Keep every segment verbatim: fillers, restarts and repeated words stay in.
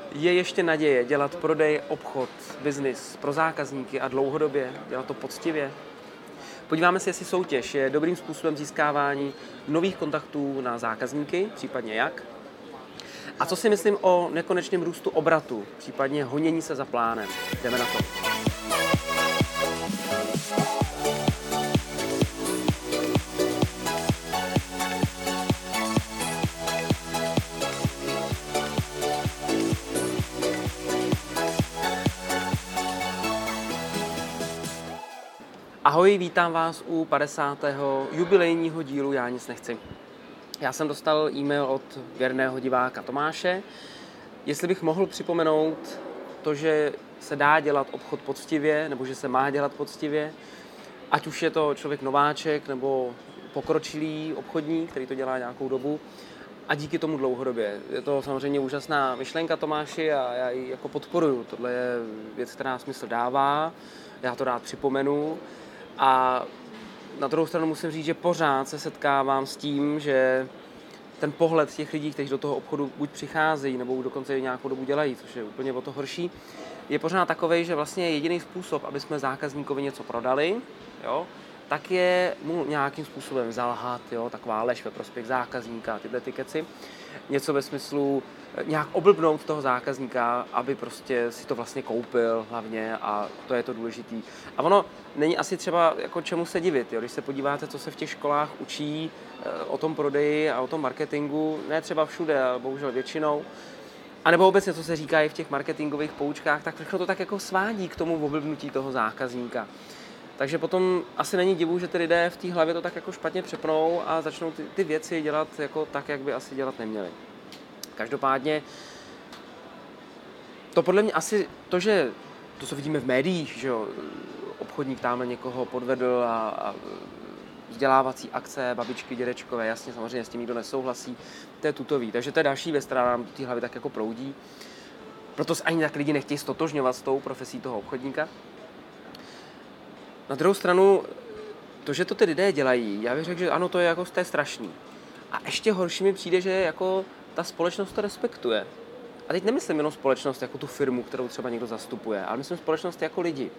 Je ještě naděje dělat prodej, obchod, biznis pro zákazníky a dlouhodobě, dělat to poctivě? Podíváme se, jestli soutěž je dobrým způsobem získávání nových kontaktů na zákazníky, případně jak. A co si myslím o nekonečném růstu obratu, případně honění se za plánem. Jdeme na to. Ahoj, vítám vás u padesátého jubilejního dílu Já nic nechci. Já jsem dostal e-mail od věrného diváka Tomáše, jestli bych mohl připomenout to, že se dá dělat obchod poctivě, nebo že se má dělat poctivě, ať už je to člověk nováček, nebo pokročilý obchodník, který to dělá nějakou dobu, a díky tomu dlouhodobě. Je to samozřejmě úžasná myšlenka, Tomáši, a já ji jako podporuju. Tohle je věc, která smysl dává, já to rád připomenu. A na druhou stranu musím říct, že pořád se setkávám s tím, že ten pohled těch lidí, kteří do toho obchodu buď přicházejí, nebo dokonce i nějakou dobu dělají, což je úplně o to horší, je pořád takovej, že vlastně jediný způsob, aby jsme zákazníkovi něco prodali, jo, tak je mu nějakým způsobem zalhat, jo, taková lež ve prospěch zákazníka, tyhle ty keci. Něco ve smyslu nějak oblbnout toho zákazníka, aby prostě si to vlastně koupil hlavně, a to je to důležitý. A ono není asi třeba jako čemu se divit, jo? Když se podíváte, co se v těch školách učí o tom prodeji a o tom marketingu, ne třeba všude, ale bohužel většinou, a nebo obecně, co se říká i v těch marketingových poučkách, tak všechno to tak jako svádí k tomu oblbnutí toho zákazníka. Takže potom asi není divu, že ty lidé v té hlavě to tak jako špatně přepnou a začnou ty, ty věci dělat jako tak, jak by asi dělat neměli. Každopádně to podle mě asi to, že to, co vidíme v médiích, že jo, obchodník tamhle někoho podvedl a, a vzdělávací akce, babičky, dědečkové, jasně, samozřejmě s tím nikdo nesouhlasí, to je tutový. Takže to je další věc, která nám do té hlavy tak jako proudí. Proto se ani tak lidi nechtějí stotožňovat s tou profesí toho obchodníka. Na druhou stranu, to, že to ty lidé dělají, já bych řekl, že ano, to je jako to je strašný. A ještě horší mi přijde, že jako ta společnost to respektuje. A teď nemyslím jenom společnost jako tu firmu, kterou třeba někdo zastupuje, ale myslím společnost jako lidi.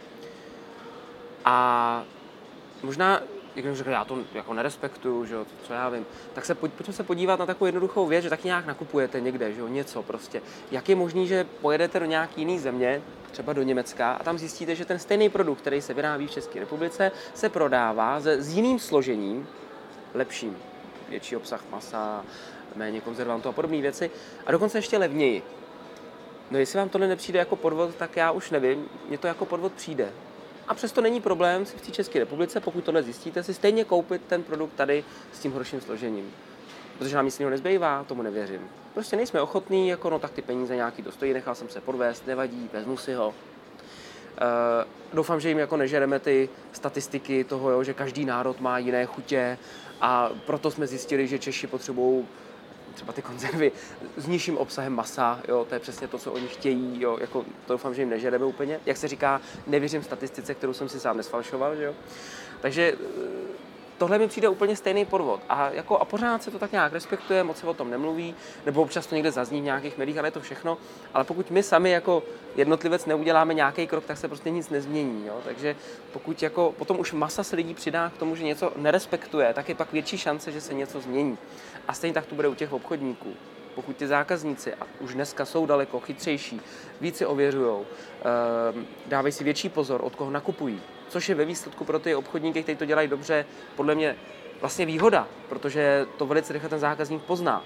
A možná, jak jsem řekl, já to jako nerespektuju, že jo, co já vím, tak se pojďme se podívat na takovou jednoduchou věc, že tak nějak nakupujete někde, že jo, něco prostě. Jak je možný, že pojedete do nějaký jiný země, třeba do Německa, a tam zjistíte, že ten stejný produkt, který se vyrábí v České republice, se prodává se, s jiným složením, lepším, větší obsah masa, méně konzervantů a podobné věci, a dokonce ještě levněji. No jestli vám tohle nepřijde jako podvod, tak já už nevím, mně to jako podvod přijde. A přesto není problém si v té České republice, pokud tohle zjistíte, si stejně koupit ten produkt tady s tím horším složením. Protože nám nic jiného nezbývá, tomu nevěřím. Prostě nejsme ochotní, jako no tak ty peníze nějaký dostojí, nechal jsem se podvést, nevadí, vezmu si ho. Uh, doufám, že jim jako nežereme ty statistiky toho, jo, že každý národ má jiné chutě, a proto jsme zjistili, že Češi potřebují třeba ty konzervy s nižším obsahem masa, jo, to je přesně to, co oni chtějí, jo, jako to doufám, že jim nežereme úplně. Jak se říká, nevěřím statistice, kterou jsem si sám nesfalšoval, že jo. Takže tohle mi přijde úplně stejný podvod, a, jako, a pořád se to tak nějak respektuje, moc se o tom nemluví, nebo občas to někde zazní v nějakých médiích, ale je to všechno. Ale pokud my sami jako jednotlivec neuděláme nějaký krok, tak se prostě nic nezmění. Jo? Takže pokud jako, potom už masa se lidí přidá k tomu, že něco nerespektuje, tak je pak větší šance, že se něco změní. A stejně tak to bude u těch obchodníků. Pokud ty zákazníci, a už dneska jsou daleko chytřejší, víc si ověřujou, dávají si větší pozor, od koho nakupují, což je ve výsledku pro ty obchodníky, kteří to dělají dobře, podle mě vlastně výhoda, protože to velice rychle ten zákazník pozná.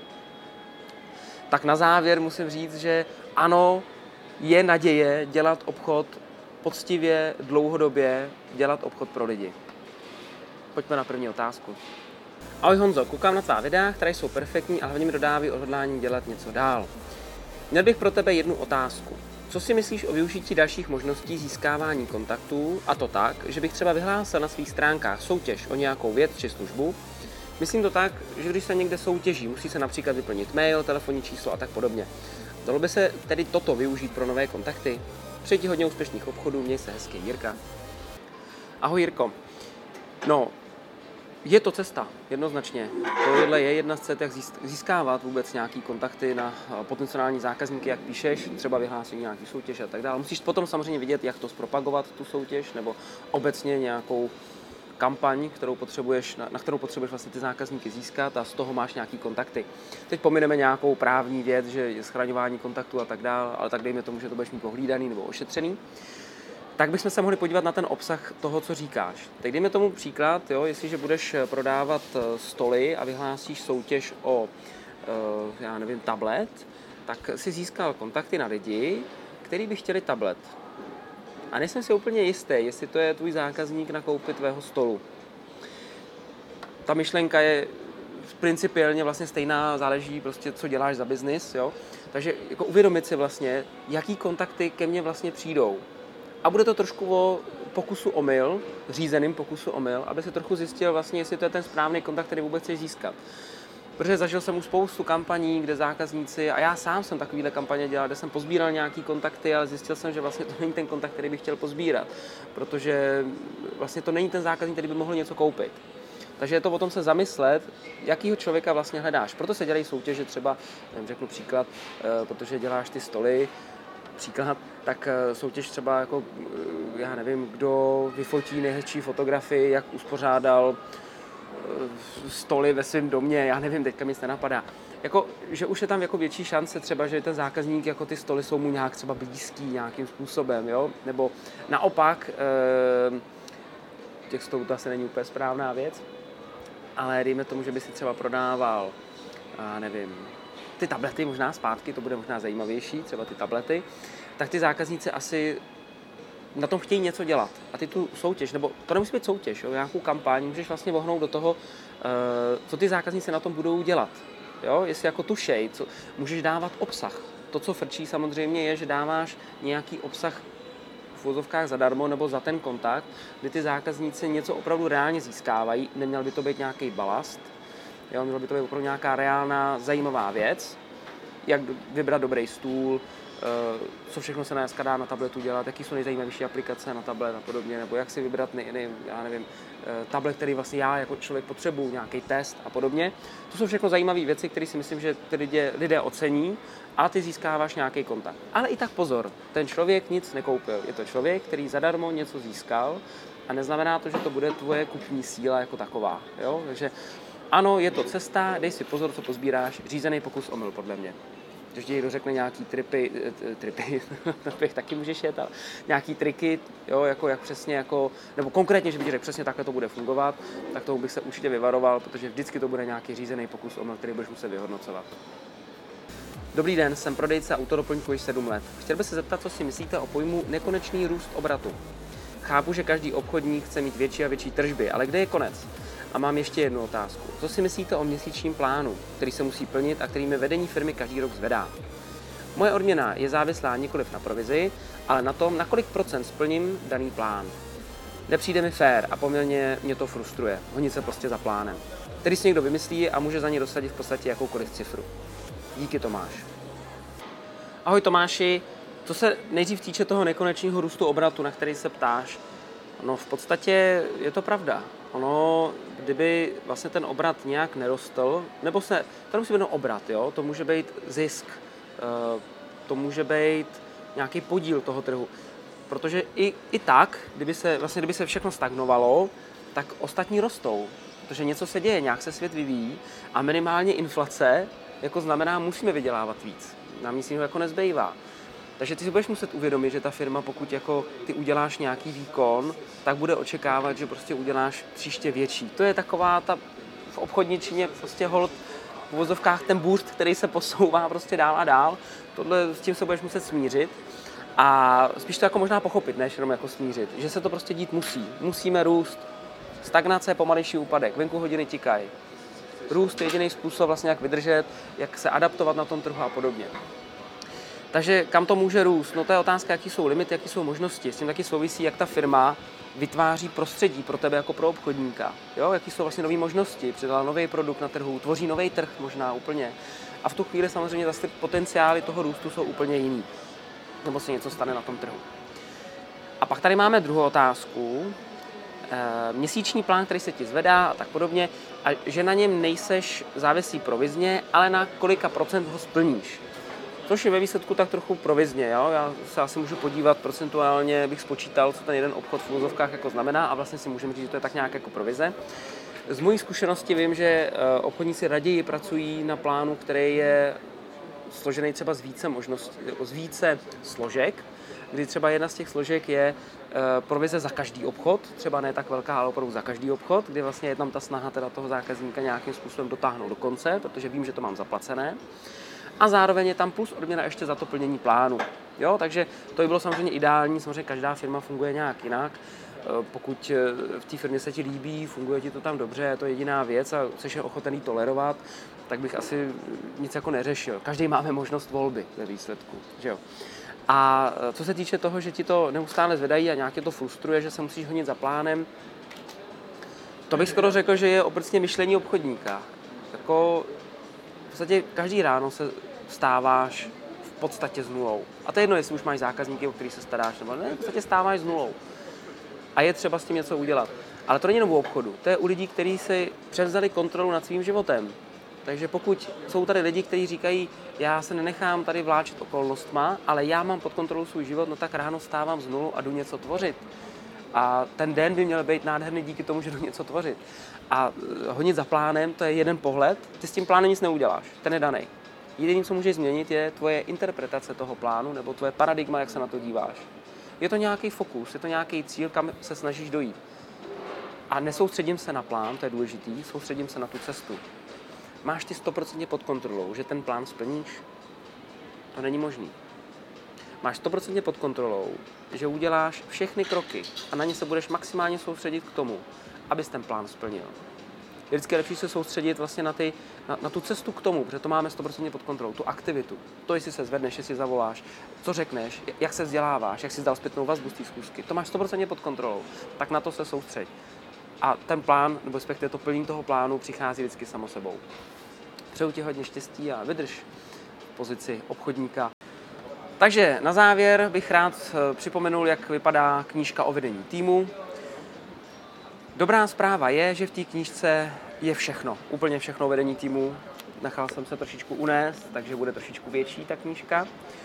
Tak na závěr musím říct, že ano, je naděje dělat obchod poctivě, dlouhodobě, dělat obchod pro lidi. Pojďme na první otázku. Ahoj Honzo, koukám na tvá videa, které jsou perfektní a hlavně mi dodávají odhodlání dělat něco dál. Měl bych pro tebe jednu otázku. Co si myslíš o využití dalších možností získávání kontaktů, a to tak, že bych třeba vyhlásil na svých stránkách soutěž o nějakou věc či službu? Myslím to tak, že když se někde soutěží, musí se například vyplnit mail, telefonní číslo a tak podobně. Dalo by se tedy toto využít pro nové kontakty? Přeji ti hodně úspěšných obchodů, měj se hezky, Jirka. Ahoj Jirko. No, Je to cesta, jednoznačně. Tohle je jedna z cest, jak získávat vůbec nějaký kontakty na potenciální zákazníky, jak píšeš, třeba vyhlásení nějaký soutěž a tak dále. Musíš potom samozřejmě vidět, jak to zpropagovat, tu soutěž, nebo obecně nějakou kampaň, kterou potřebuješ, na, na kterou potřebuješ vlastně ty zákazníky získat a z toho máš nějaký kontakty. Teď pomineme nějakou právní věc, že je schraňování kontaktů a tak dále, ale tak dejme tomu, že to budeš mít ohlídaný nebo ošetřený. Tak bychom se mohli podívat na ten obsah toho, co říkáš. Tak dejme tomu příklad, jo, jestliže budeš prodávat stoly a vyhlásíš soutěž o, já nevím, tablet, tak si získal kontakty na lidi, kteří by chtěli tablet. A nejsem si úplně jistý, jestli to je tvůj zákazník na koupi tvého stolu. Ta myšlenka je principiálně vlastně stejná, záleží prostě, co děláš za biznis, jo. Takže jako uvědomit si vlastně, jaký kontakty ke mně vlastně přijdou. A bude to trošku o pokusu omyl, řízeným pokusu omyl, aby se trochu zjistil vlastně, jestli to je ten správný kontakt, který vůbec chceš získat. Protože zažil jsem už spoustu kampaní, kde zákazníci, a já sám jsem takovýhle kampaně dělal, kde jsem pozbíral nějaký kontakty, ale zjistil jsem, že vlastně to není ten kontakt, který bych chtěl pozbírat, protože vlastně to není ten zákazník, který by mohl něco koupit. Takže je to o tom se zamyslet, jakýho člověka vlastně hledáš. Proto se dělají soutěže, třeba, nevím, řeknu příklad, protože děláš ty stoly, příklad, tak soutěž třeba jako, já nevím, kdo vyfotí nejhezčí fotografii, jak uspořádal stoly ve svém domě, já nevím, teďka mi nic nenapadá. Jako, že už je tam jako větší šance třeba, že ten zákazník, jako ty stoly jsou mu nějak třeba blízký nějakým způsobem, jo? Nebo naopak, eh, těch stolů to asi není úplně správná věc, ale dejme tomu, že by si třeba prodával, já nevím, ty tablety možná zpátky, to bude možná zajímavější, třeba ty tablety, tak ty zákazníci asi na tom chtějí něco dělat. A ty tu soutěž, nebo to nemusí být soutěž, jo, nějakou kampaň, můžeš vlastně vohnout do toho, co ty zákazníci na tom budou dělat. Jo? Jestli jako tušej, co, můžeš dávat obsah. To, co frčí samozřejmě, je, že dáváš nějaký obsah v uvozovkách zadarmo nebo za ten kontakt, kdy ty zákazníci něco opravdu reálně získávají. Neměl by to být nějaký balast, jo? Mělo by to být opravdu nějaká reálná, zajímavá věc, jak vybrat dobrý stůl, co všechno se dneska dá na tabletu dělat, jaký jsou nejzajímavější aplikace na tablet a podobně, nebo jak si vybrat, nej, nej, já nevím, tablet, který vlastně já jako člověk potřebuju, nějaký test a podobně. To jsou všechno zajímavé věci, které si myslím, že ty lidé, lidé ocení a ty získáváš nějaký kontakt. Ale i tak pozor, ten člověk nic nekoupil. Je to člověk, který zadarmo něco získal a neznamená to, že to bude tvoje kupní síla jako taková. Jo? Takže ano, je to cesta, dej si pozor, co pozbíráš, řízený pokus omyl podle mě. Když ti někdo řekne nějaký tripy, tripy, taky můžeš jet, ale nějaký triky, jo, jako jak přesně, jako, nebo konkrétně, že by ti řekl přesně takhle to bude fungovat, tak toho bych se určitě vyvaroval, protože vždycky to bude nějaký řízený pokus omyl, který budeš muset vyhodnocovat. Dobrý den, jsem prodejce autodoplňků již sedm let. Chtěl bych se zeptat, co si myslíte o pojmu nekonečný růst obratu. Chápu, že každý obchodník chce mít větší a větší tržby, ale kde je konec? A mám ještě jednu otázku. Co si myslíte o měsíčním plánu, který se musí plnit a který mi vedení firmy každý rok zvedá? Moje odměna je závislá nikoliv na provizi, ale na tom, na kolik procent splním daný plán. Nepřijde mi fér a poměrně mě to frustruje. Honit se prostě za plánem. Který si někdo vymyslí a může za ně dosadit v podstatě jakoukoliv cifru. Díky, Tomáš. Ahoj Tomáši, co se nejdřív týče toho nekonečného růstu obratu, na který se ptáš, no v podstatě je to pravda. Ono, kdyby vlastně ten obrat nějak nerostl, nebo se, to nemusí být jenom obrat, jo? To může být zisk, to může být nějaký podíl toho trhu. Protože i, i tak, kdyby se, vlastně, kdyby se všechno stagnovalo, tak ostatní rostou. Protože něco se děje, nějak se svět vyvíjí a minimálně inflace jako znamená, musíme vydělávat víc. Nám nic jiného jako nezbývá. Takže ty si budeš muset uvědomit, že ta firma, pokud jako ty uděláš nějaký výkon, tak bude očekávat, že prostě uděláš příště větší. To je taková ta v obchodničině prostě hold v uvozovkách ten boost, který se posouvá prostě dál a dál. Tohle s tím se budeš muset smířit a spíš to jako možná pochopit, než jenom jako smířit, že se to prostě dít musí. Musíme růst. Stagnace, pomalejší úpadek, venku hodiny tikají. Růst je jediný způsob vlastně, jak vydržet, jak se adaptovat na tom trhu a podobně. Takže kam to může růst? No to je otázka, jaký jsou limity, jaký jsou možnosti. S tím taky souvisí, jak ta firma vytváří prostředí pro tebe jako pro obchodníka. Jo? Jaký jsou vlastně nové možnosti, přidala nový produkt na trhu, tvoří nový trh možná úplně. A v tu chvíli samozřejmě zase potenciály toho růstu jsou úplně jiný. Nebo se něco stane na tom trhu. A pak tady máme druhou otázku. měsíční plán, který se ti zvedá a tak podobně, a že na něm nejseš závislý provizně, ale na kolika procent ho splníš. Což je ve výsledku tak trochu provizně, jo? Já se asi můžu podívat procentuálně, bych spočítal, co ten jeden obchod v úvozovkách jako znamená a vlastně si můžeme říct, že to je tak nějak jako provize. Z mojí zkušenosti vím, že obchodníci raději pracují na plánu, který je složený třeba z více možností, z více složek, kdy třeba jedna z těch složek je provize za každý obchod, třeba ne tak velká, ale opravdu za každý obchod, kdy vlastně je tam ta snaha teda toho zákazníka nějakým způsobem dotáhnout do konce, protože vím, že to mám zaplacené. A zároveň je tam plus odměna ještě za to plnění plánu. Jo, takže to by bylo samozřejmě ideální, samozřejmě každá firma funguje nějak jinak. Pokud v té firmě se ti líbí, funguje ti to tam dobře, je to jediná věc a jsi ochotený tolerovat, tak bych asi nic jako neřešil. Každý máme možnost volby ve výsledku, že jo. A co se týče toho, že ti to neustále zvedají a nějak tě to frustruje, že se musíš honit za plánem, to bych skoro řekl, že je obecně myšlení obchodníka. Jako v podstatě každý ráno se vstáváš v podstatě s nulou. A to je jedno, jestli už máš zákazníky, o který se staráš, nebo ne, v podstatě stáváš s nulou. A je třeba s tím něco udělat. Ale to není jenom u obchodu, to je u lidí, kteří si převzali kontrolu nad svým životem. Takže pokud jsou tady lidi, kteří říkají, já se nenechám tady vláčet okolnostma, ale já mám pod kontrolou svůj život, no tak ráno stávám z nulu a jdu něco tvořit. A ten den by měl být nádherný díky tomu, že jdu něco tvořit. A honit za plánem, to je jeden pohled, ty s tím plánem nic neuděláš, ten je daný. Jediné, co můžeš změnit, je tvoje interpretace toho plánu nebo tvoje paradigma, jak se na to díváš. Je to nějaký fokus, je to nějaký cíl, kam se snažíš dojít. A nesoustředím se na plán, to je důležitý, soustředím se na tu cestu. Máš ty sto procent pod kontrolou, že ten plán splníš? To není možný. Máš sto procent pod kontrolou, že uděláš všechny kroky a na ně se budeš maximálně soustředit k tomu, abys ten plán splnil. Je vždycky lepší se soustředit vlastně na, ty, na, na tu cestu k tomu, protože to máme sto procent pod kontrolou, tu aktivitu. To, jestli se zvedneš, jestli zavoláš, co řekneš, jak se vzděláváš, jak si dal zpětnou vazbu z té schůzky. To máš sto procent pod kontrolou, tak na to se soustřeď. A ten plán, nebo respektive to plnění toho plánu přichází vždycky samo sebou. Přeju ti hodně štěstí a vydrž v pozici obchodníka. Takže na závěr bych rád připomenul, jak vypadá knížka o vedení týmu. Dobrá zpráva je, že v té knížce je všechno, úplně všechno o vedení týmu. Nechal jsem se trošičku unést, takže bude trošičku větší ta knížka.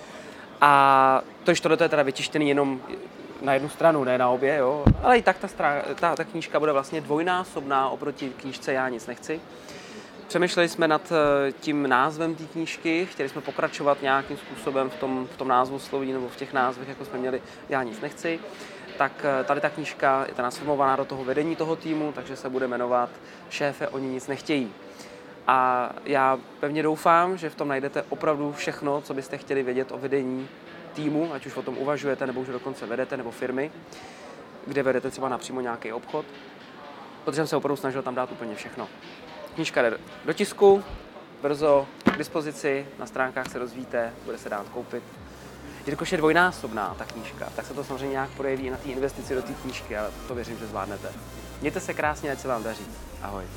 A to, že tohle je teda vytištěný jenom na jednu stranu, ne na obě, jo? Ale i tak ta, strá, ta, ta knížka bude vlastně dvojnásobná oproti knížce Já nic nechci. Přemýšleli jsme nad tím názvem té knížky, chtěli jsme pokračovat nějakým způsobem v tom, v tom názvu sloví nebo v těch názvech, jako jsme měli Já nic nechci. Tak tady ta knížka je transformovaná do toho vedení toho týmu, takže se bude jmenovat Šéfe, oni nic nechtějí. A já pevně doufám, že v tom najdete opravdu všechno, co byste chtěli vědět o vedení týmu, ať už o tom uvažujete, nebo už dokonce vedete, nebo firmy, kde vedete třeba napřímo nějaký obchod, protože jsem se opravdu snažil tam dát úplně všechno. Knížka jde do tisku, brzo k dispozici, na stránkách se dozvíte, bude se dát koupit. Jelikož je dvojnásobná ta knížka, tak se to samozřejmě nějak projeví na té investici do té knížky, ale to věřím, že zvládnete. Mějte se krásně, ať se vám daří. Ahoj.